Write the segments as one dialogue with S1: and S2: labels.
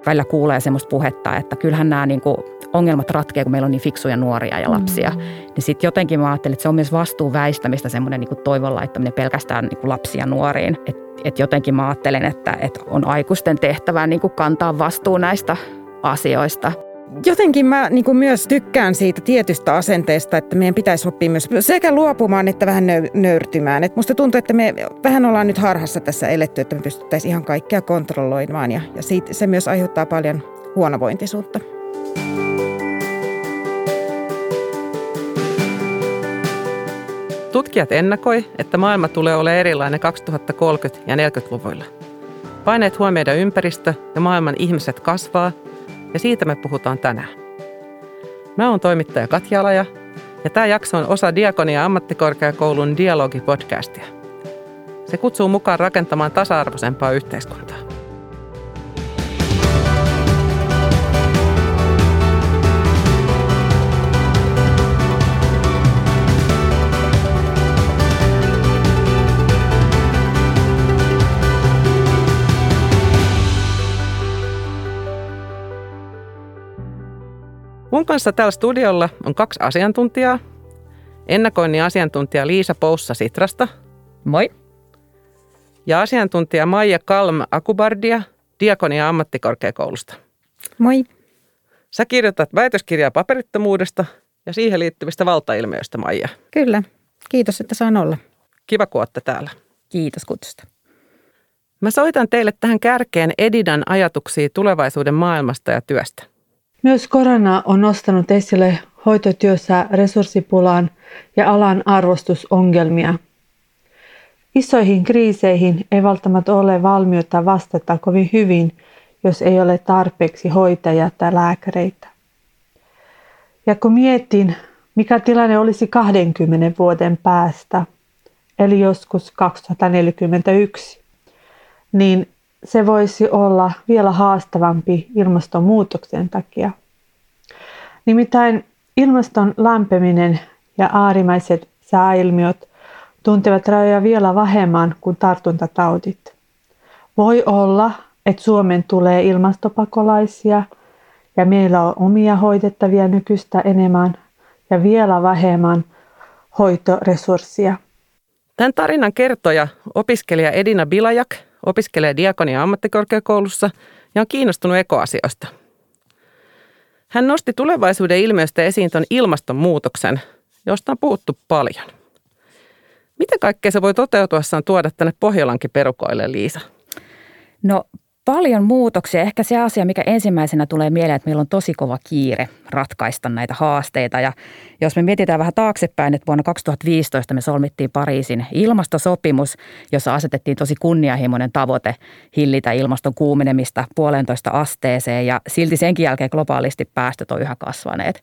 S1: välillä kuulee semmoista puhetta, että kyllähän nämä niin kuin ongelmat ratkeaa, kun meillä on niin fiksuja nuoria ja lapsia. Niin sitten jotenkin mä ajattelin, että se on myös vastuun väistämistä semmoinen niin kuin toivon laittaminen pelkästään niin kuin lapsia nuoriin. Että jotenkin mä ajattelen, että on aikuisten tehtävä niin kuin kantaa vastuu näistä asioista.
S2: Jotenkin mä niin kuin myös tykkään siitä tietystä asenteesta, että meidän pitäisi oppia myös sekä luopumaan että vähän nöyrtymään. Et musta tuntuu, että me vähän ollaan nyt harhassa tässä eletty, että me pystyttäisiin ihan kaikkea kontrolloimaan ja se myös aiheuttaa paljon huonovointisuutta.
S3: Tutkijat ennakoi, että maailma tulee olemaan erilainen 2030- ja 40-luvuilla. Paineet huomioida ympäristö ja maailman ihmiset kasvaa, ja siitä me puhutaan tänään. Mä oon toimittaja Katja Alaja, ja tämä jakso on osa Diakonia ammattikorkeakoulun Dialogi-podcastia. Se kutsuu mukaan rakentamaan tasa-arvoisempaa yhteiskuntaa. Mun kanssa täällä studiolla on 2 asiantuntijaa. Ennakoinnin asiantuntija Liisa Poussa Sitrasta.
S1: Moi.
S3: Ja asiantuntija Maija Kalm Akubardia Diakonia ammattikorkeakoulusta.
S2: Moi.
S3: Sä kirjoitat väitöskirjaa paperittomuudesta ja siihen liittyvistä valtailmiöistä, Maija.
S2: Kyllä. Kiitos, että saan olla.
S3: Kiva, kun olette täällä.
S1: Kiitos kutsusta.
S3: Mä soitan teille tähän kärkeen Edinan ajatuksia tulevaisuuden maailmasta ja työstä.
S4: Myös korona on nostanut esille hoitotyössä resurssipulaan ja alan arvostusongelmia. Isoihin kriiseihin ei välttämättä ole valmiutta vastata kovin hyvin, jos ei ole tarpeeksi hoitajia tai lääkäreitä. Ja kun mietin, mikä tilanne olisi 20 vuoden päästä, eli joskus 2041, niin se voisi olla vielä haastavampi ilmastonmuutoksen takia. Nimittäin ilmaston lämpeminen ja äärimmäiset sääilmiöt tuntevat rajoja vielä vähemmän kuin tartuntataudit. Voi olla, että Suomeen tulee ilmastopakolaisia ja meillä on omia hoidettavia nykyistä enemmän ja vielä vähemmän hoitoresursseja.
S3: Tämän tarinan kertoja opiskelija Edina Bilajak opiskelee Diakonia ammattikorkeakoulussa ja on kiinnostunut ekoasioista. Hän nosti tulevaisuuden ilmiöstä esiin tuon ilmastonmuutoksen, josta on puhuttu paljon. Mitä kaikkea se voi toteutuessaan tuoda tänne Pohjolankin perukoille, Liisa?
S1: No paljon muutoksia. Ehkä se asia, mikä ensimmäisenä tulee mieleen, että meillä on tosi kova kiire ratkaista näitä haasteita. Ja jos me mietitään vähän taaksepäin, että vuonna 2015 me solmittiin Pariisin ilmastosopimus, jossa asetettiin tosi kunnianhimoinen tavoite hillitä ilmaston kuumenemista 1,5 asteeseen. Ja silti senkin jälkeen globaalisti päästöt on yhä kasvaneet.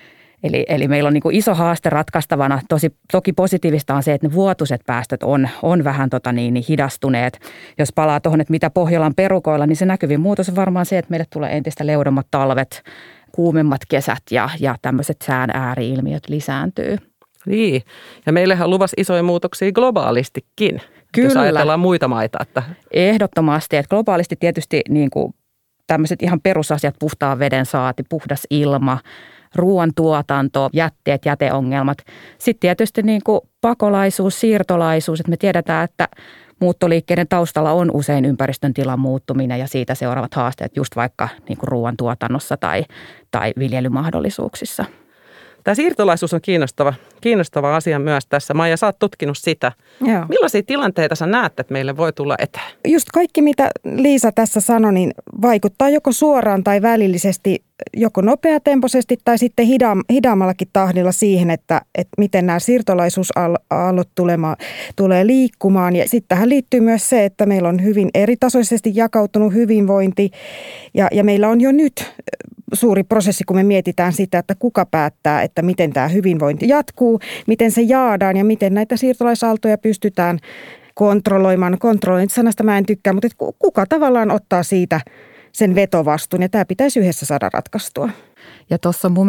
S1: Eli meillä on niin kuin iso haaste ratkaistavana. Toki positiivista on se, että ne vuotuiset päästöt on vähän hidastuneet. Jos palaa tuohon, että mitä Pohjolan perukoilla, niin se näkyvin muutos on varmaan se, että meille tulee entistä leudemmat talvet, kuumemmat kesät ja tämmöiset sään ääri-ilmiöt lisääntyy.
S3: Niin, ja meillähän on luvassa isoja muutoksia globaalistikin.
S1: Kyllä.
S3: Jos ajatellaan muita maita. Että
S1: Ehdottomasti, että globaalisti tietysti niin kuin tämmöiset ihan perusasiat, puhtaan veden saati, puhdas ilma, ruoantuotanto, jätteet, jäteongelmat. Sitten tietysti niin kuin pakolaisuus, siirtolaisuus, että me tiedetään, että muuttoliikkeiden taustalla on usein ympäristön tilan muuttuminen ja siitä seuraavat haasteet just vaikka niin kuin ruoantuotannossa tai viljelymahdollisuuksissa.
S3: Tämä siirtolaisuus on kiinnostava asia myös tässä. Maija, sä oot tutkinut sitä.
S2: Joo.
S3: Millaisia tilanteita sä näet, että meille voi tulla eteen?
S2: Just kaikki, mitä Liisa tässä sanoi, niin vaikuttaa joko suoraan tai välillisesti, joko nopeatempoisesti tai sitten hidaammallakin tahdilla siihen, että miten nämä siirtolaisuusaallot tulee liikkumaan. Ja sitten tähän liittyy myös se, että meillä on hyvin eritasoisesti jakautunut hyvinvointi ja meillä on jo nyt suuri prosessi, kun me mietitään sitä, että kuka päättää, että miten tämä hyvinvointi jatkuu, miten se jaadaan ja miten näitä siirtolaisaaltoja pystytään kontrolloimaan. Kontrollointisanasta mä en tykkää, mutta kuka tavallaan ottaa siitä sen vetovastuun ja tämä pitäisi yhdessä saada ratkaistua.
S1: Ja tuossa on mun mielestä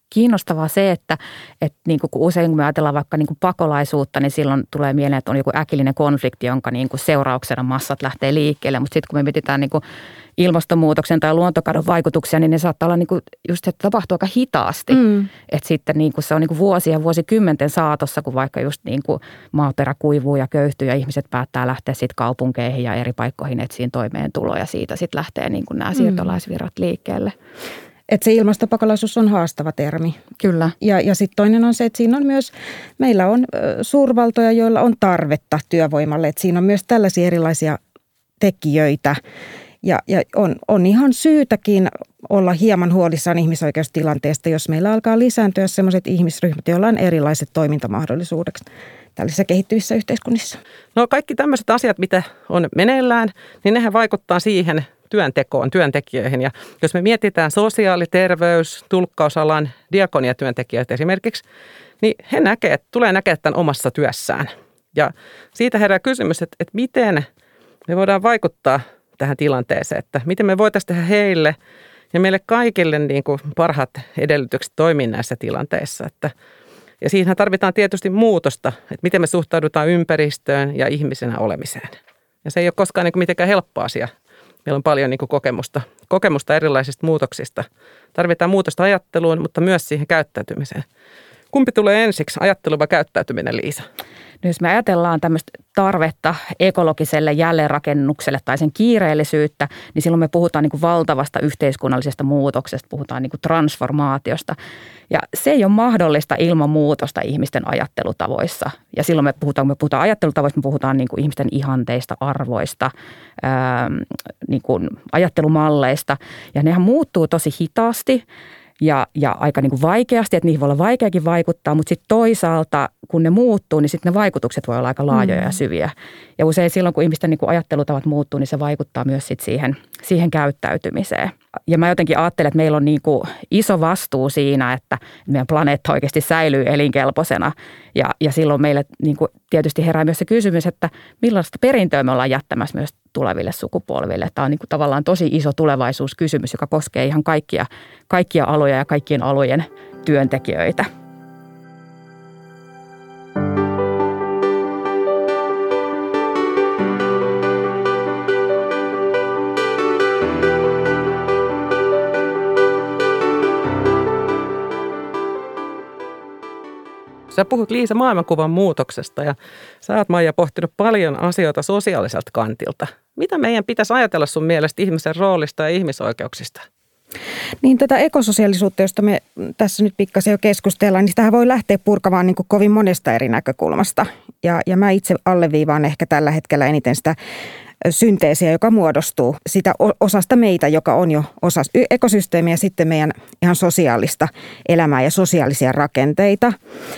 S1: kiinnostavaa se, että niin kuin kun usein kun me ajatellaan vaikka niin kuin pakolaisuutta, niin silloin tulee mieleen, että on joku äkillinen konflikti, jonka niin kuin seurauksena massat lähtee liikkeelle. Mutta sitten kun me mietitään niin kuin ilmastonmuutoksen tai luontokadon vaikutuksia, niin ne saattaa olla niin kuin just se, että tapahtuu aika hitaasti. Että sitten niin kuin se on niin kuin vuosien, vuosikymmenten saatossa, kun vaikka just niin kuin maaperä kuivuu ja köyhtyy ja ihmiset päättää lähteä sitten kaupunkeihin ja eri paikkoihin etsiin toimeentuloa ja siitä sitten lähtee niin kuin nämä siirtolaisvirrat liikkeelle.
S2: Että se ilmastopakolaisuus on haastava termi.
S1: Kyllä.
S2: Ja sitten toinen on se, että siinä on myös, meillä on suurvaltoja, joilla on tarvetta työvoimalle. Että siinä on myös tällaisia erilaisia tekijöitä. Ja on ihan syytäkin olla hieman huolissaan ihmisoikeustilanteesta, jos meillä alkaa lisääntyä sellaiset ihmisryhmät, joilla on erilaiset toimintamahdollisuudet tällaisissa kehittyvissä yhteiskunnissa.
S3: No kaikki tämmöiset asiat, mitä on meneillään, niin nehän vaikuttaa siihen työntekoon, työntekijöihin. Ja jos me mietitään sosiaali-, terveys-, tulkkausalan diakoniatyöntekijöitä esimerkiksi, niin he tulee näkemään tämän omassa työssään. Ja siitä herää kysymys, että miten me voidaan vaikuttaa tähän tilanteeseen, että miten me voitaisiin tehdä heille ja meille kaikille niin kuin parhaat edellytykset toimia näissä tilanteissa. Ja siihen tarvitaan tietysti muutosta, että miten me suhtaudutaan ympäristöön ja ihmisenä olemiseen. Ja se ei ole koskaan niin kuin mitenkään helppo asia. Meillä on paljon niin kuin kokemusta erilaisista muutoksista. Tarvitaan muutosta ajatteluun, mutta myös siihen käyttäytymiseen. Kumpi tulee ensiksi, ajattelu vai käyttäytyminen, Liisa?
S1: No jos me ajatellaan tämmöistä tarvetta ekologiselle jälleenrakennukselle tai sen kiireellisyyttä, niin silloin me puhutaan niin kuin valtavasta yhteiskunnallisesta muutoksesta, puhutaan niin kuin transformaatiosta. Ja se ei ole mahdollista ilman muutosta ihmisten ajattelutavoissa. Ja silloin kun me puhutaan ajattelutavoista, me puhutaan niin kuin ihmisten ihanteista, arvoista, niin kuin ajattelumalleista. Ja nehän muuttuu tosi hitaasti. Ja aika niin kuin vaikeasti, että niihin voi olla vaikeakin vaikuttaa, mutta sitten toisaalta, kun ne muuttuu, niin sitten ne vaikutukset voi olla aika laajoja ja syviä. Ja usein silloin, kun ihmisten niin kuin ajattelutavat muuttuu, niin se vaikuttaa myös sit siihen käyttäytymiseen. Ja mä jotenkin ajattelen, että meillä on niin kuin iso vastuu siinä, että meidän planeetta oikeasti säilyy elinkelpoisena. Ja silloin meille niin kuin tietysti herää myös se kysymys, että millaista perintöä me ollaan jättämässä myös tuleville sukupolville. Tämä on niin kuin tavallaan tosi iso tulevaisuuskysymys, joka koskee ihan kaikkia aloja ja kaikkien alojen työntekijöitä.
S3: Sä puhut, Liisa, maailmankuvan muutoksesta ja sä oot, Maija, pohtinut paljon asioita sosiaaliselta kantilta. Mitä meidän pitäisi ajatella sun mielestä ihmisen roolista ja ihmisoikeuksista?
S2: Niin tätä ekososiaalisuutta, josta me tässä nyt pikkasen jo keskustellaan, niin sitähän voi lähteä purkamaan niin kuin kovin monesta eri näkökulmasta. Ja mä itse alleviivaan ehkä tällä hetkellä eniten sitä synteesiä, joka muodostuu sitä osasta meitä, joka on jo osa ekosysteemiä, sitten meidän ihan sosiaalista elämää ja sosiaalisia rakenteita.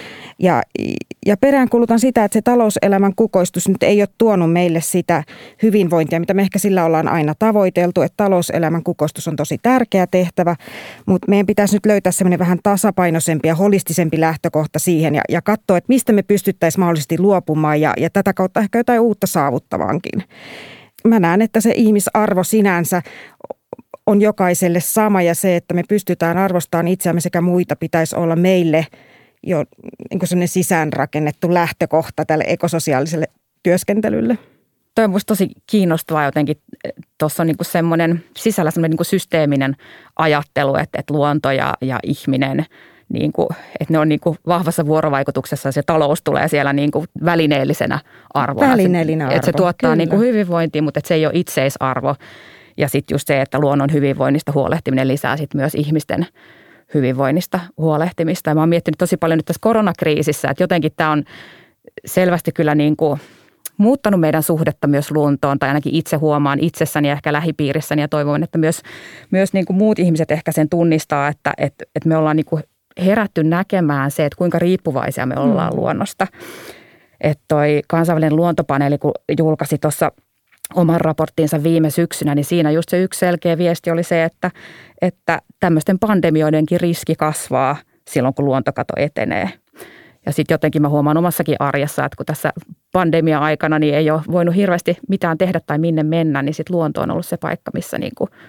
S2: Ja peräänkuulutan sitä, että se talouselämän kukoistus nyt ei ole tuonut meille sitä hyvinvointia, mitä me ehkä sillä ollaan aina tavoiteltu, että talouselämän kukoistus on tosi tärkeä tehtävä, mutta meidän pitäisi nyt löytää semmoinen vähän tasapainoisempi ja holistisempi lähtökohta siihen ja katsoa, että mistä me pystyttäisiin mahdollisesti luopumaan ja tätä kautta ehkä jotain uutta saavuttavaankin. Mä näen, että se ihmisarvo sinänsä on jokaiselle sama ja se, että me pystytään arvostamaan itseämme sekä muita, pitäisi olla meille jo niin kuin sellainen sisäänrakennettu lähtökohta tälle ekososiaaliselle työskentelylle.
S1: Toi on musta tosi kiinnostavaa jotenkin. Tuossa on niin kuin sisällä semmoinen niin kuin systeeminen ajattelu, että luonto ja ihminen, niin kuin, että ne on niin kuin vahvassa vuorovaikutuksessa ja se talous tulee siellä niin kuin välineellisenä arvona.
S2: Välineellinen arvo,
S1: että se tuottaa niin kuin hyvinvointia, mutta että se ei ole itseisarvo. Ja sitten just se, että luonnon hyvinvoinnista huolehtiminen lisää sitten myös ihmisten hyvinvoinnista huolehtimista. Ja mä oon miettinyt tosi paljon nyt tässä koronakriisissä, että jotenkin tämä on selvästi kyllä niin kuin muuttanut meidän suhdetta myös luontoon, tai ainakin itse huomaan itsessäni ja ehkä lähipiirissäni, ja toivon, että myös niin kuin muut ihmiset ehkä sen tunnistaa, että me ollaan niin kuin herätty näkemään se, että kuinka riippuvaisia me ollaan luonnosta. Että toi kansainvälinen luontopaneeli, kun julkaisi tuossa oman raporttinsa viime syksynä, niin siinä just se yksi selkeä viesti oli se, että tämmöisten pandemioidenkin riski kasvaa silloin, kun luontokato etenee. Ja sitten jotenkin mä huomaan omassakin arjessa, että kun tässä pandemia-aikana niin ei ole voinut hirveästi mitään tehdä tai minne mennä, niin sitten luonto on ollut se paikka, missä niin kuin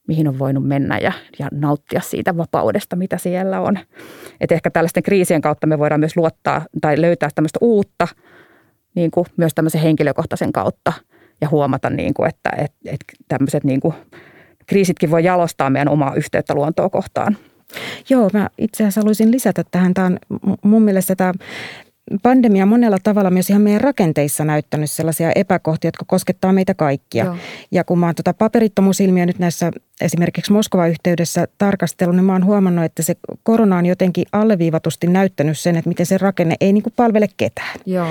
S1: mihin on voinut mennä ja nauttia siitä vapaudesta, mitä siellä on. Et ehkä tällaisten kriisien kautta me voidaan myös luottaa tai löytää tämmöistä uutta niin kuin myös tämmöisen henkilökohtaisen kautta ja huomata, niin kuin, että tämmöiset niin kuin kriisitkin voi jalostaa meidän omaa yhteyttä luontoa kohtaan.
S2: Joo, mä itse asiassa haluaisin lisätä tähän. Tämä on mun mielestä tämä pandemia monella tavalla myös ihan meidän rakenteissa näyttänyt sellaisia epäkohtia, jotka koskettaa meitä kaikkia. Joo. Ja kun mä oon paperittomuusilmiö nyt näissä esimerkiksi Moskovan yhteydessä tarkastellut, niin mä oon huomannut, että se korona on jotenkin alleviivatusti näyttänyt sen, että miten se rakenne ei niin kuin palvele ketään.
S1: Joo.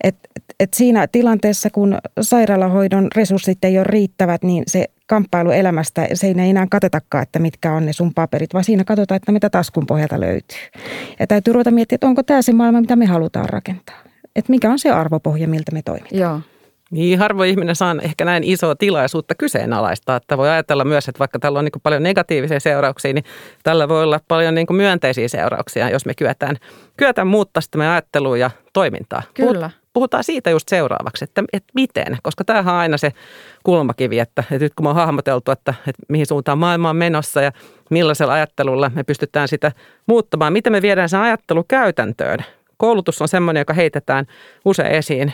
S2: Et siinä tilanteessa, kun sairaalahoidon resurssit ei ole riittävät, niin se kamppailu elämästä, se ei enää katetakaan, että mitkä on ne sun paperit, vaan siinä katsotaan, että mitä taskun pohjalta löytyy. Ja täytyy ruveta miettiä, että onko tämä se maailma, mitä me halutaan rakentaa. Että mikä on se arvopohja, miltä me toimitaan.
S1: Joo.
S3: Niin, harvoin ihminen saa ehkä näin isoa tilaisuutta kyseenalaistaa, että voi ajatella myös, että vaikka tällä on niin kuin paljon negatiivisia seurauksia, niin tällä voi olla paljon niin kuin myönteisiä seurauksia, jos me kyetään muuttaa sitä meidän ajattelua ja toimintaa.
S1: Kyllä.
S3: Puhutaan siitä just seuraavaksi, että miten, koska tämähän on aina se kulmakivi, että nyt kun me on hahmoteltu, että mihin suuntaan maailma on menossa ja millaisella ajattelulla me pystytään sitä muuttamaan, miten me viedään sen ajattelu käytäntöön. Koulutus on semmoinen, joka heitetään usein esiin.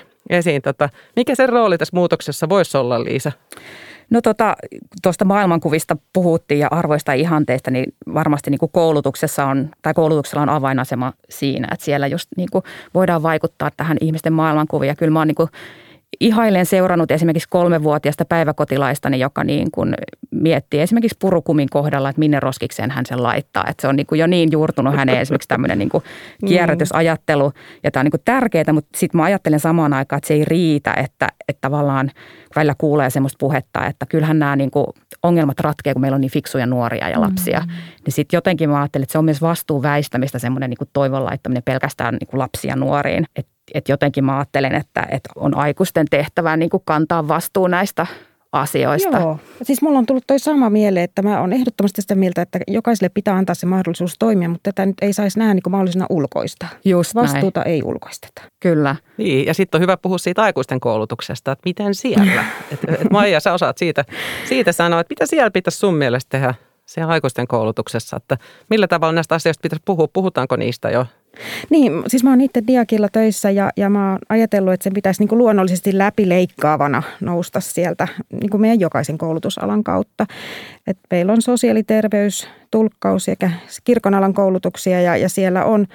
S3: Mikä sen rooli tässä muutoksessa voisi olla, Liisa?
S1: No tuosta maailmankuvista puhuttiin ja arvoista ja ihanteista, niin varmasti niin kuin koulutuksella on avainasema siinä, että siellä just niin kuin voidaan vaikuttaa tähän ihmisten maailmankuviin. Ja kyllä mä oon niin kuin ihailen seurannut esimerkiksi 3-vuotiaista päiväkotilaistani, joka niin kuin miettii esimerkiksi purukumin kohdalla, että minne roskikseen hän sen laittaa. Että se on niin kuin jo niin juurtunut häneen esimerkiksi tämmöinen niin kuin kierrätysajattelu. Ja tämä on niin kuin tärkeää, mutta sitten mä ajattelen samaan aikaan, että se ei riitä, että tavallaan välillä kuulee semmoista puhetta, että kyllähän nämä niin kuin ongelmat ratkeaa, kun meillä on niin fiksuja nuoria ja lapsia. Niin sitten jotenkin mä ajattelen, että se on myös vastuun väistämistä semmoinen niin kuin toivon laittaminen pelkästään niin kuin lapsia nuoriin. Että jotenkin mä ajattelen, että on aikuisten tehtävä niin kuin kantaa vastuu näistä asioista.
S2: Joo. Siis mulla on tullut toi sama mieleen, että mä oon ehdottomasti sitä mieltä, että jokaiselle pitää antaa se mahdollisuus toimia, mutta tätä nyt ei saisi nähdä niin kuin mahdollisena ulkoista.
S1: Just
S2: vastuuta
S1: näin.
S2: ei ulkoisteta.
S1: Kyllä.
S3: Niin, ja sitten on hyvä puhua siitä aikuisten koulutuksesta, että miten siellä. Maija, sä osaat siitä sanoa, että mitä siellä pitäisi sun mielestä tehdä siellä aikuisten koulutuksessa, että millä tavalla näistä asioista pitäisi puhua, puhutaanko niistä jo?
S2: Niin, siis mä oon itse Diakilla töissä ja mä oon ajatellut, että se pitäisi niin kuin luonnollisesti läpileikkaavana nousta sieltä niin kuin meidän jokaisen koulutusalan kautta. Et meillä on sosiaaliterveys, tulkkaus sekä kirkonalan koulutuksia ja siellä on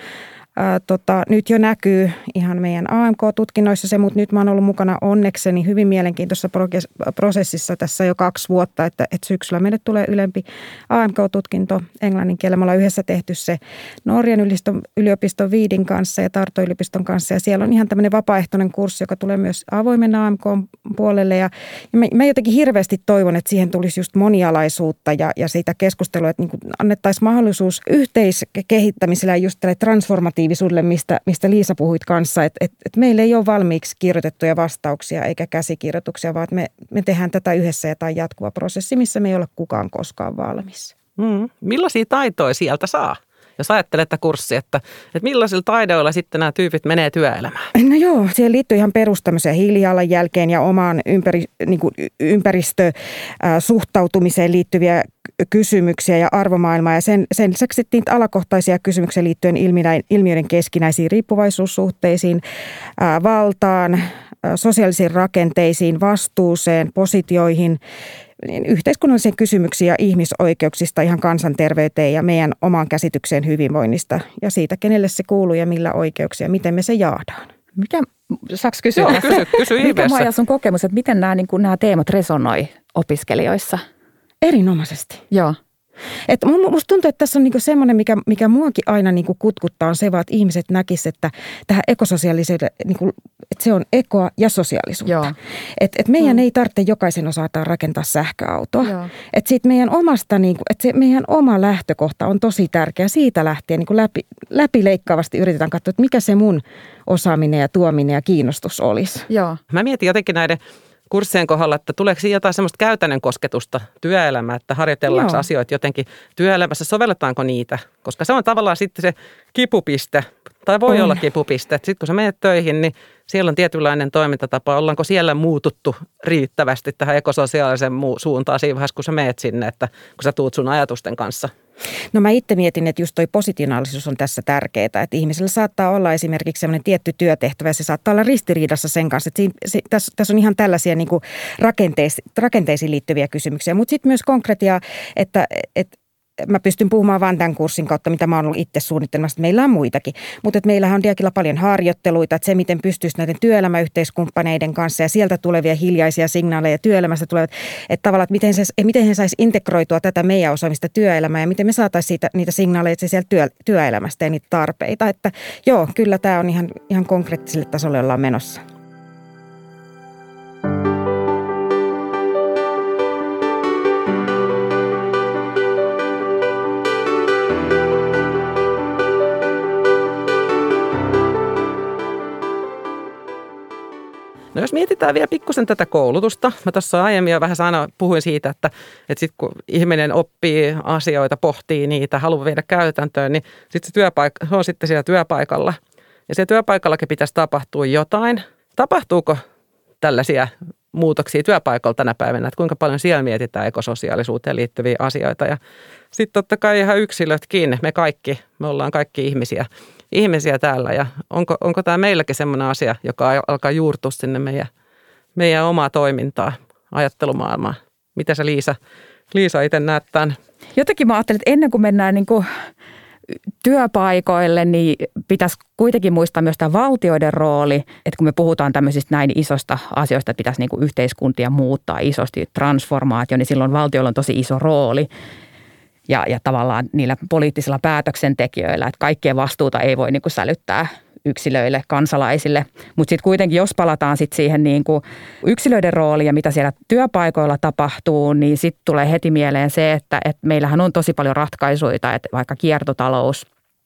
S2: nyt jo näkyy ihan meidän AMK-tutkinnoissa se, mutta nyt mä oon ollut mukana onnekseni hyvin mielenkiintoisessa prosessissa tässä jo 2 vuotta, että syksyllä meille tulee ylempi AMK-tutkinto englannin kielellä. Me ollaan yhdessä tehty se Norjan yliopiston Viidin kanssa ja Tartu-yliopiston kanssa ja siellä on ihan tämmöinen vapaaehtoinen kurssi, joka tulee myös avoimen AMK-puolelle ja mä jotenkin hirveästi toivon, että siihen tulisi just monialaisuutta ja siitä keskustelua, että niin kuin annettaisiin mahdollisuus yhteiskehittämisellä ja just tälle transformatiiviselle, mistä Liisa puhuit kanssa, että meillä ei ole valmiiksi kirjoitettuja vastauksia eikä käsikirjoituksia, vaan me tehdään tätä yhdessä ja tämä on jatkuva prosessi, missä me ei ole kukaan koskaan valmis.
S3: Millaisia taitoja sieltä saa? Jos ajattelet tätä kurssia, että millaisilla taidoilla sitten nämä tyypit menee työelämään?
S2: No joo, siihen liittyy ihan perustamisen hiilijalanjälkeen ja omaan ympäristösuhtautumiseen liittyviä kysymyksiä ja arvomaailmaa. Ja sen lisäksi niitä alakohtaisia kysymyksiä liittyen ilmiöiden keskinäisiin riippuvaisuussuhteisiin, valtaan, sosiaalisiin rakenteisiin, vastuuseen, positioihin, yhteiskunnallisiin kysymyksiin ja ihmisoikeuksista ihan kansanterveyteen ja meidän omaan käsitykseen hyvinvoinnista ja siitä, kenelle se kuuluu ja millä oikeuksia, miten me se jaadaan.
S1: Saanko kysyä?
S3: Joo, kysy ihmeessä.
S1: Mikä Maija sun kokemus, että miten nämä teemat resonoi opiskelijoissa?
S2: Erinomaisesti.
S1: Joo.
S2: Että musta tuntuu, että tässä on niinku semmoinen, mikä muakin aina niinku kutkuttaa, on se vaan, että ihmiset näkisivät, että tähän ekososiaalisuuteen, niinku, että se on ekoa ja sosiaalisuutta. Että meidän ei tarvitse jokaisen osata rakentaa sähköautoa. Että siitä meidän omasta, niinku, että se meidän oma lähtökohta on tosi tärkeä. Siitä lähtien niinku läpileikkaavasti yritetään katsoa, että mikä se mun osaaminen ja tuominen ja kiinnostus olisi.
S3: Joo. Mä mietin jotenkin näiden kurssien kohdalla, että tuleeko siinä jotain semmoista käytännön kosketusta työelämää, että harjoitellaanko asioita jotenkin työelämässä, sovelletaanko niitä, koska se on tavallaan sitten se kipupiste Tai voi olla kipupiste. Sitten kun sä menet töihin, niin siellä on tietynlainen toimintatapa. Ollaanko siellä muututtu riittävästi tähän ekososiaalisen suuntaan siinä vaiheessa, kun sä menet sinne, että kun sä tuut sun ajatusten kanssa?
S2: No mä itse mietin, että just toi positionaalisuus on tässä tärkeää, että ihmisellä saattaa olla esimerkiksi sellainen tietty työtehtävä ja se saattaa olla ristiriidassa sen kanssa. Että tässä on ihan tällaisia niin kuin rakenteisiin liittyviä kysymyksiä, mutta sitten myös konkretiaa, että mä pystyn puhumaan vain tämän kurssin kautta, mitä mä oon ollut itse suunnittelemassa. Meillä on muitakin, mutta meillähän on Diagilla paljon harjoitteluita, että se miten pystyisi näiden työelämäyhteiskumppaneiden kanssa ja sieltä tulevia hiljaisia signaaleja työelämästä tulevat, että tavallaan, että miten he saisi integroitua tätä meidän osaamista työelämään ja miten me saataisiin niitä signaaleja sieltä työelämästä ja niitä tarpeita. Että joo, kyllä tämä on ihan konkreettiselle tasolle ollaan menossa.
S3: No jos mietitään vielä pikkusen tätä koulutusta, mä tuossa aiemmin jo vähän puhuin siitä, että sitten kun ihminen oppii asioita, pohtii niitä, haluaa viedä käytäntöön, niin sitten se on sitten siellä työpaikalla. Ja siellä työpaikallakin pitäisi tapahtua jotain. Tapahtuuko tällaisia muutoksia työpaikalla tänä päivänä, että kuinka paljon siellä mietitään ekososiaalisuuteen liittyviä asioita. Ja sitten totta kai ihan yksilötkin, me ollaan kaikki ihmisiä täällä ja onko tämä meilläkin semmoinen asia, joka alkaa juurtua sinne meidän omaa toimintaa, ajattelumaailmaa. Mitä sä Liisa itse näet tämän?
S1: Jotenkin mä ajattelin, että ennen kuin mennään niin kuin työpaikoille, niin pitäisi kuitenkin muistaa myös tämä valtioiden rooli, että kun me puhutaan tämmöisistä näin isosta asioista, että pitäisi niin kuin yhteiskuntia muuttaa isosti, transformaatio, niin silloin valtioilla on tosi iso rooli. Ja tavallaan niillä poliittisilla päätöksentekijöillä, että kaikkien vastuuta ei voi niin kuin sälyttää yksilöille, kansalaisille. Mutta sitten kuitenkin, jos palataan sit siihen niin kuin yksilöiden rooliin ja mitä siellä työpaikoilla tapahtuu, niin sitten tulee heti mieleen se, että meillähän on tosi paljon ratkaisuja, että vaikka kiertotalous,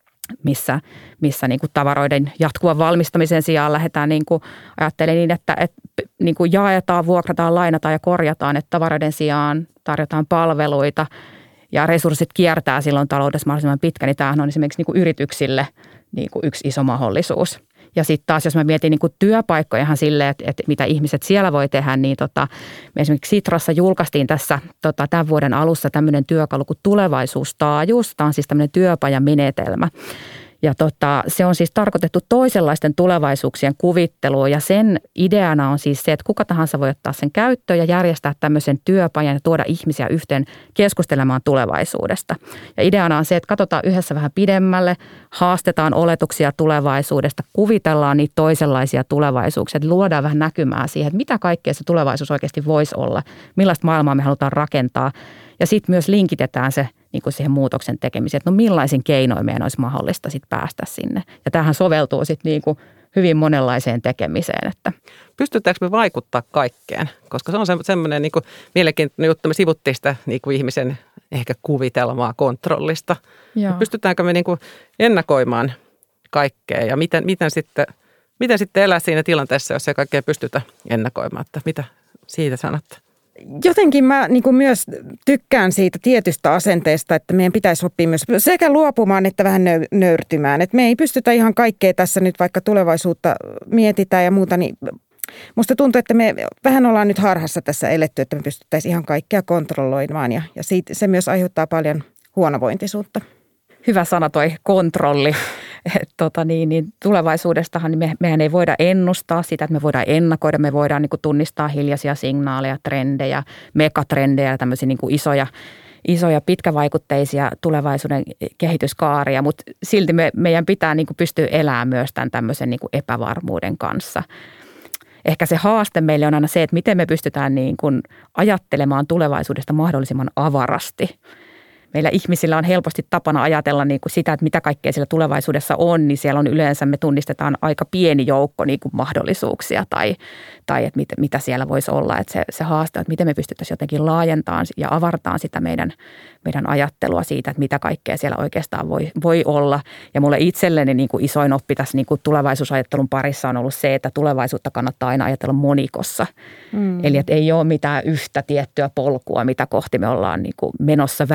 S1: missä niin kuin tavaroiden jatkuvan valmistamisen sijaan lähdetään niin kuin ajattelemaan niin, että niin kuin jaetaan, vuokrataan, lainataan ja korjataan, että tavaroiden sijaan tarjotaan palveluita, ja resurssit kiertää silloin taloudessa mahdollisimman pitkä, niin tämähän on esimerkiksi niin kuin yrityksille niin kuin yksi iso mahdollisuus. Ja sitten taas, jos mä mietin niin kuin työpaikkoja ihan silleen, että mitä ihmiset siellä voi tehdä, niin me esimerkiksi Sitrassa julkaistiin tässä tämän vuoden alussa tämmöinen työkalu kuin tulevaisuustaajuus. Tämä on siis tämmöinen työpajamenetelmä. Ja se on siis tarkoitettu toisenlaisten tulevaisuuksien kuvitteluun ja sen ideana on siis se, että kuka tahansa voi ottaa sen käyttöön ja järjestää tämmöisen työpajan ja tuoda ihmisiä yhteen keskustelemaan tulevaisuudesta. Ja ideana on se, että katsotaan yhdessä vähän pidemmälle, haastetaan oletuksia tulevaisuudesta, kuvitellaan niitä toisenlaisia tulevaisuuksia, että luodaan vähän näkymää siihen, että mitä kaikkea se tulevaisuus oikeasti voisi olla, millaista maailmaa me halutaan rakentaa. Ja sitten myös linkitetään se niin kuin siihen muutoksen tekemiseen, että no millaisin keinoin meidän olisi mahdollista sitten päästä sinne. Ja tämähän soveltuu sitten niin kuin hyvin monenlaiseen tekemiseen. Että.
S3: Pystytäänkö me vaikuttaa kaikkeen? Koska se on semmoinen niin kuin mielenkiintoinen juttu. Me sivuttiin sitä niin kuin ihmisen ehkä kuvitelmaa kontrollista. Pystytäänkö me niin kuin ennakoimaan kaikkea ja miten sitten elää siinä tilanteessa, jos ei kaikkea pystytä ennakoimaan? Että mitä siitä sanotte?
S2: Jotenkin mä niin kuin myös tykkään siitä tietystä asenteesta, että meidän pitäisi oppia myös sekä luopumaan että vähän nöyrtymään. Että me ei pystytä ihan kaikkea tässä nyt, vaikka tulevaisuutta mietitään ja muuta, niin musta tuntuu, että me vähän ollaan nyt harhassa tässä eletty, että me pystyttäisiin ihan kaikkea kontrolloimaan ja se myös aiheuttaa paljon huonovointisuutta.
S1: Hyvä sana toi kontrolli. Tulevaisuudestahan niin mehän ei voida ennustaa sitä, että me voidaan ennakoida, me voidaan niin kuin tunnistaa hiljaisia signaaleja, trendejä, megatrendejä, tämmöisiä niin kuin isoja pitkävaikutteisia tulevaisuuden kehityskaaria, mutta silti meidän pitää niin kuin pystyä elämään myös tämän tämmöisen niin kuin epävarmuuden kanssa. Ehkä se haaste meille on aina se, että miten me pystytään niin kuin ajattelemaan tulevaisuudesta mahdollisimman avarasti. Meillä ihmisillä on helposti tapana ajatella niin kuin sitä, että mitä kaikkea siellä tulevaisuudessa on, niin siellä on yleensä, me tunnistetaan aika pieni joukko niin kuin mahdollisuuksia tai että mitä siellä voisi olla. Että se haaste, että miten me pystyttäisiin jotenkin laajentamaan ja avartaan sitä meidän ajattelua siitä, että mitä kaikkea siellä oikeastaan voi olla. Ja mulle itselleni niin kuin isoin oppi tässä niin kuin tulevaisuusajattelun parissa on ollut se, että tulevaisuutta kannattaa aina ajatella monikossa. Eli että ei ole mitään yhtä tiettyä polkua, mitä kohti me ollaan niin kuin menossa vääjäämättä.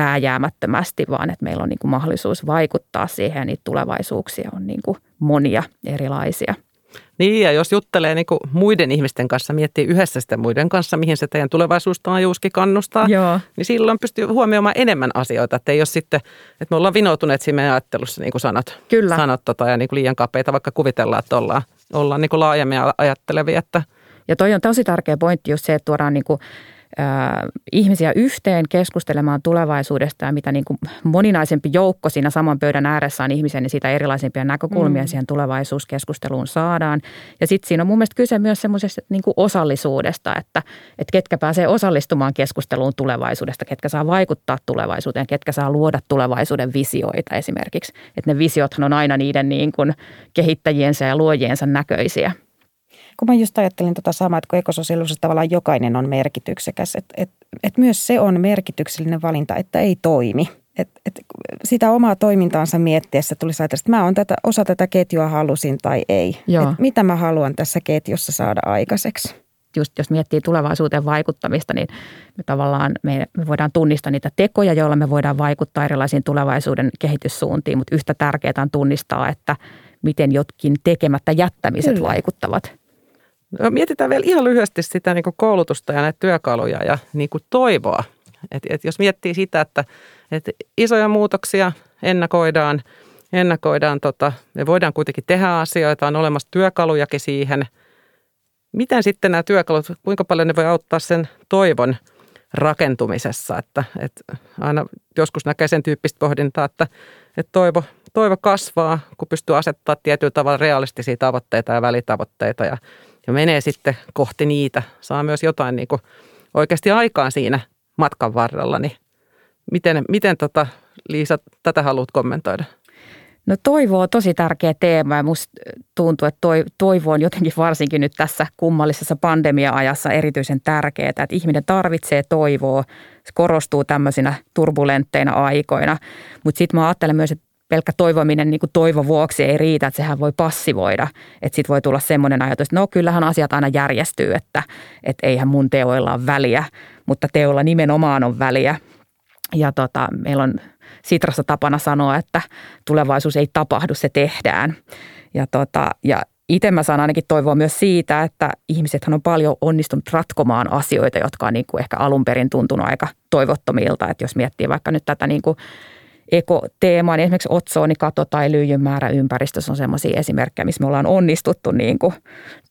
S1: välttämättömästi, vaan että meillä on niin kuin mahdollisuus vaikuttaa siihen ja niitä tulevaisuuksia on niin kuin monia erilaisia.
S3: Niin, ja jos juttelee niin kuin muiden ihmisten kanssa, miettii yhdessä sitä muiden kanssa, mihin se teidän tulevaisuustaajuuskin kannustaa,
S1: Joo.
S3: niin silloin pystyy huomioimaan enemmän asioita. Että ei ole sitten, että me ollaan vinoutuneet siinä meidän ajattelussa, niin kuin sanot.
S1: Kyllä.
S3: Ja niin kuin liian kapeita, vaikka kuvitellaan, että ollaan niin kuin laajemmin ajattelevia.
S1: Ja toi on tosi tärkeä pointti just se, että tuodaan niin kuin ihmisiä yhteen keskustelemaan tulevaisuudesta ja mitä niin kuin moninaisempi joukko siinä saman pöydän ääressä on ihmisiä, niin sitä erilaisempia näkökulmia siihen tulevaisuuskeskusteluun saadaan. Ja sitten siinä on mun mielestä kyse myös semmoisesta niin kuin osallisuudesta, että ketkä pääsee osallistumaan keskusteluun tulevaisuudesta, ketkä saa vaikuttaa tulevaisuuteen, ketkä saa luoda tulevaisuuden visioita esimerkiksi. Että ne visiothan on aina niiden niin kuin kehittäjiensä ja luojiensa näköisiä.
S2: Kun mä just ajattelin samaa, että kun ekososiaalisuudessa tavallaan jokainen on merkityksekäs, että myös se on merkityksellinen valinta, että ei toimi. Että sitä omaa toimintaansa miettiessä tulisi ajatella, että mä oon osa tätä ketjua halusin tai ei. Että mitä mä haluan tässä ketjussa saada aikaiseksi.
S1: Just jos miettii tulevaisuuteen vaikuttamista, niin me voidaan tunnistaa niitä tekoja, joilla me voidaan vaikuttaa erilaisiin tulevaisuuden kehityssuuntiin, mutta yhtä tärkeää on tunnistaa, että miten jotkin tekemättä jättämiset vaikuttavat.
S3: No, mietitään vielä ihan lyhyesti sitä niin kuin koulutusta ja näitä työkaluja ja niin kuin toivoa. Et jos miettii sitä, että isoja muutoksia ennakoidaan, me voidaan kuitenkin tehdä asioita, on olemassa työkalujakin siihen. Miten sitten nämä työkalut, kuinka paljon ne voi auttaa sen toivon rakentumisessa? Että aina joskus näkee sen tyyppistä pohdintaa, että toivo kasvaa, kun pystyy asettamaan tietyllä tavalla realistisia tavoitteita ja välitavoitteita ja menee sitten kohti niitä. Saa myös jotain niin kuin oikeasti aikaan siinä matkan varrella. Niin miten Liisa, tätä haluat kommentoida?
S1: No toivo on tosi tärkeä teema ja musta tuntuu, että toivo on jotenkin varsinkin nyt tässä kummallisessa pandemia-ajassa erityisen tärkeää, että ihminen tarvitsee toivoa. Se korostuu tämmöisinä turbulentteina aikoina, mutta sitten mä ajattelen myös, että pelkkä toivominen niin kuin toivon vuoksi ei riitä, että sehän voi passivoida. Että sitten voi tulla semmoinen ajatus, että no kyllähän asiat aina järjestyy, että eihän mun teoilla ole väliä, mutta teoilla nimenomaan on väliä. Ja meillä on Sitrassa tapana sanoa, että tulevaisuus ei tapahdu, se tehdään. Ja itse mä saan ainakin toivoa myös siitä, että ihmisethän on paljon onnistunut ratkomaan asioita, jotka on niin kuin ehkä alun perin tuntunut aika toivottomilta. Että jos miettii vaikka nyt tätä niin kuin ekoteemaa, niin esimerkiksi otsonikato tai lyijyn määrä ympäristössä on sellaisia esimerkkejä, missä me ollaan onnistuttu niin kuin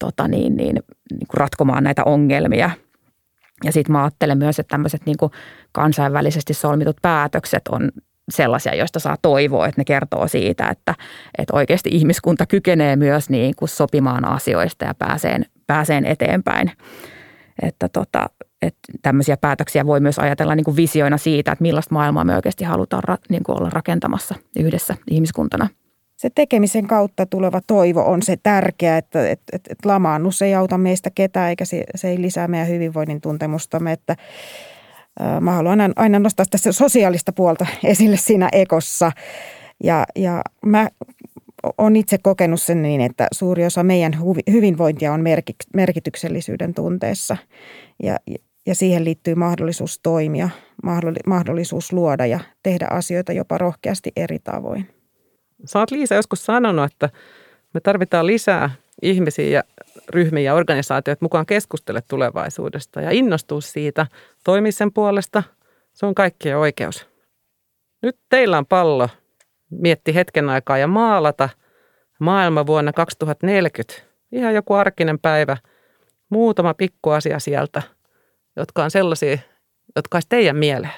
S1: ratkomaan näitä ongelmia. Ja sitten mä ajattelen myös, että tämmöiset niin kuin kansainvälisesti solmitut päätökset on sellaisia, joista saa toivoa, että ne kertoo siitä, että oikeasti ihmiskunta kykenee myös niin kuin sopimaan asioista ja pääsee eteenpäin. Että tämmöisiä päätöksiä voi myös ajatella niin kuin visioina siitä, että millaista maailmaa me oikeasti halutaan niin kuin olla rakentamassa yhdessä ihmiskuntana.
S2: Se tekemisen kautta tuleva toivo on se tärkeä, että lamaannus ei auta meistä ketään eikä se ei lisää meidän hyvinvoinnin tuntemustamme. Että mä haluan aina nostaa tässä sosiaalista puolta esille siinä ekossa ja mä olen itse kokenut sen niin, että suuri osa meidän hyvinvointia on merkityksellisyyden tunteessa ja siihen liittyy mahdollisuus toimia, mahdollisuus luoda ja tehdä asioita jopa rohkeasti eri tavoin.
S3: Sä oot Liisa joskus sanonut, että me tarvitaan lisää ihmisiä ja ryhmiä ja organisaatioita mukaan keskustele tulevaisuudesta ja innostua siitä, toimia sen puolesta. Se on kaikkien oikeus. Nyt teillä on pallo miettiä hetken aikaa ja maalata maailma vuonna 2040. Ihan joku arkinen päivä, muutama pikku asia sieltä, jotka on sellaisia, jotka olisi teidän mieleen.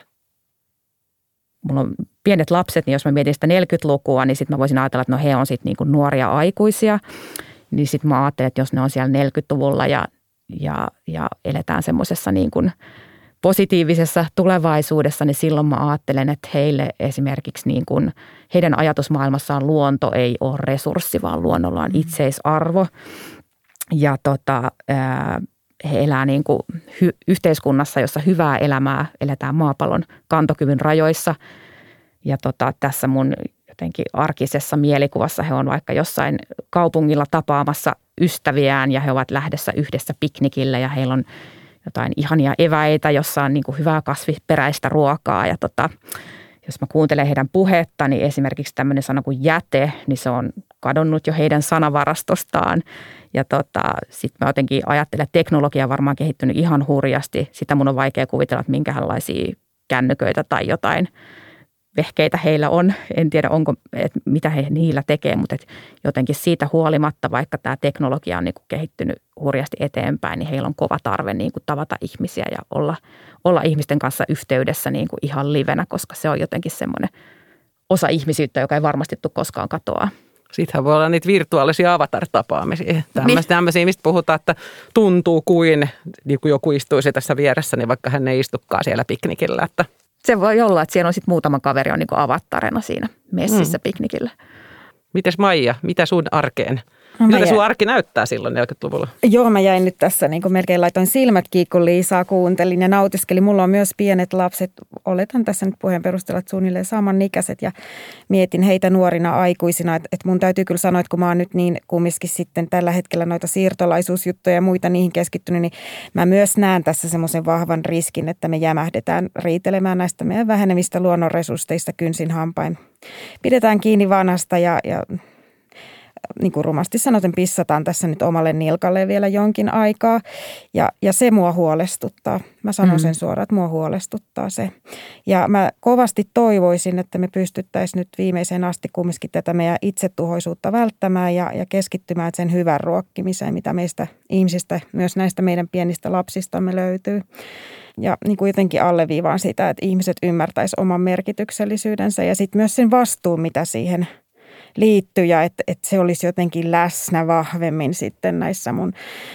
S1: Mulla on pienet lapset, niin jos mä mietin sitä 40-lukua, niin sitten mä voisin ajatella, että no he on sitten niinku nuoria aikuisia. Niin sitten mä ajattelen, että jos ne on siellä 40-luvulla ja eletään semmoisessa niin kuin positiivisessa tulevaisuudessa, niin silloin mä ajattelen, että heille esimerkiksi niin kuin heidän ajatusmaailmassaan luonto ei ole resurssi, vaan luonnolla on itseisarvo. Ja he elää niin kuin yhteiskunnassa, jossa hyvää elämää eletään maapallon kantokyvyn rajoissa. Ja tässä mun jotenkin arkisessa mielikuvassa he on vaikka jossain kaupungilla tapaamassa ystäviään ja he ovat lähdössä yhdessä piknikille ja heillä on jotain ihania eväitä, jossa on niin kuin hyvää kasviperäistä ruokaa ja Jos mä kuuntelen heidän puhetta, niin esimerkiksi tämmöinen sana kuin jäte, niin se on kadonnut jo heidän sanavarastostaan. Ja sitten mä jotenkin ajattelen, että teknologia on varmaan kehittynyt ihan hurjasti. Sitä mun on vaikea kuvitella, että minkälaisia kännyköitä tai jotain vehkeitä heillä on. En tiedä, mitä he niillä tekee, mutta jotenkin siitä huolimatta, vaikka tämä teknologia on niin kuin kehittynyt hurjasti eteenpäin, niin heillä on kova tarve niin kuin tavata ihmisiä ja olla ihmisten kanssa yhteydessä niin kuin ihan livenä, koska se on jotenkin semmoinen osa ihmisyyttä, joka ei varmasti tule koskaan katoa.
S3: Sittenhän voi olla niitä virtuaalisia avatar-tapaamisia. Tämmöisiä, mistä puhutaan, että tuntuu kuin joku istuisi tässä vieressä, niin vaikka hän ei istukaan siellä piknikillä. Että
S1: se voi olla, että siellä on sitten muutama kaveri on niin kuin avattarena siinä messissä piknikillä.
S3: Mites Maija, mitä sun arkeen? Miltä sun arki näyttää silloin 40-luvulla?
S2: Joo, mä jäin nyt tässä, niin kuin melkein laitoin silmät kiinni, kun Liisaa kuuntelin ja nautiskelin. Mulla on myös pienet lapset, oletan tässä nyt puheen perusteella, että suunnilleen samanikäiset ja mietin heitä nuorina aikuisina. Että mun täytyy kyllä sanoa, että kun mä oon nyt niin kumminkin sitten tällä hetkellä noita siirtolaisuusjuttuja ja muita niihin keskittynyt, niin mä myös näen tässä semmoisen vahvan riskin, että me jämähdetään riitelemään näistä meidän vähenevistä luonnonresursseista kynsin hampain. Pidetään kiinni vanhasta ja niin kuin rumasti sanoten pissataan tässä nyt omalle nilkalle vielä jonkin aikaa. Ja se mua huolestuttaa. Mä sanon sen suoraan, että mua huolestuttaa se. Ja mä kovasti toivoisin, että me pystyttäisiin nyt viimeiseen asti kumminkin tätä meidän itsetuhoisuutta välttämään ja keskittymään sen hyvän ruokkimiseen, mitä meistä ihmisistä, myös näistä meidän pienistä lapsistamme löytyy. Ja niin kuin jotenkin alleviivaan sitä, että ihmiset ymmärtäisivät oman merkityksellisyydensä ja sitten myös sen vastuun, mitä siihen liittyy ja että se olisi jotenkin läsnä vahvemmin sitten näissä mun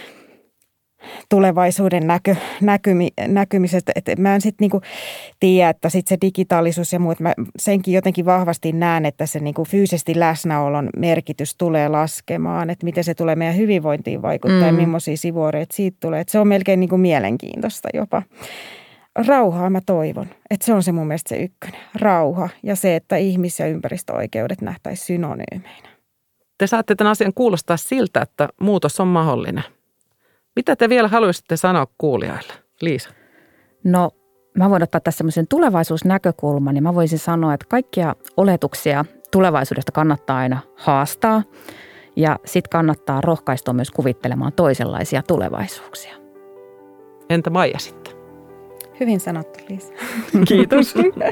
S2: tulevaisuuden näkymisestä. Että mä en sitten niinku tiedä, että sitten se digitaalisuus ja muu, että mä senkin jotenkin vahvasti näen, että se niinku fyysisesti läsnäolon merkitys tulee laskemaan, että miten se tulee meidän hyvinvointiin vaikuttaa ja millaisia sivuoireita siitä tulee. Että se on melkein niinku mielenkiintoista jopa. Rauhaa mä toivon, että se on se mun mielestä se ykkönen. Rauha ja se, että ihmis- ja ympäristöoikeudet nähtäisiin synonyymeinä.
S3: Te saatte tämän asian kuulostaa siltä, että muutos on mahdollinen. Mitä te vielä haluaisitte sanoa kuulijoille? Liisa?
S1: No, mä voin ottaa tässä semmoisen tulevaisuusnäkökulman, niin mä voisin sanoa, että kaikkia oletuksia tulevaisuudesta kannattaa aina haastaa ja sitten kannattaa rohkaistua myös kuvittelemaan toisenlaisia tulevaisuuksia.
S3: Entä Maija sitten?
S2: Hyvin sanottu, Liisa.
S3: Kiitos.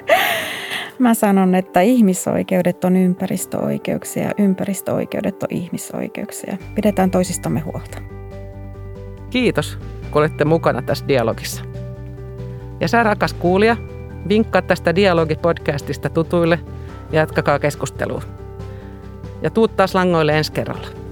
S2: Mä sanon, että ihmisoikeudet on ympäristöoikeuksia ja ympäristöoikeudet on ihmisoikeuksia. Pidetään toisistamme huolta.
S3: Kiitos, kun olette mukana tässä dialogissa. Ja sä, rakas kuulija, vinkkaa tästä Dialogi-podcastista tutuille ja jatkakaa keskustelua. Ja tuut taas langoille ensi kerralla.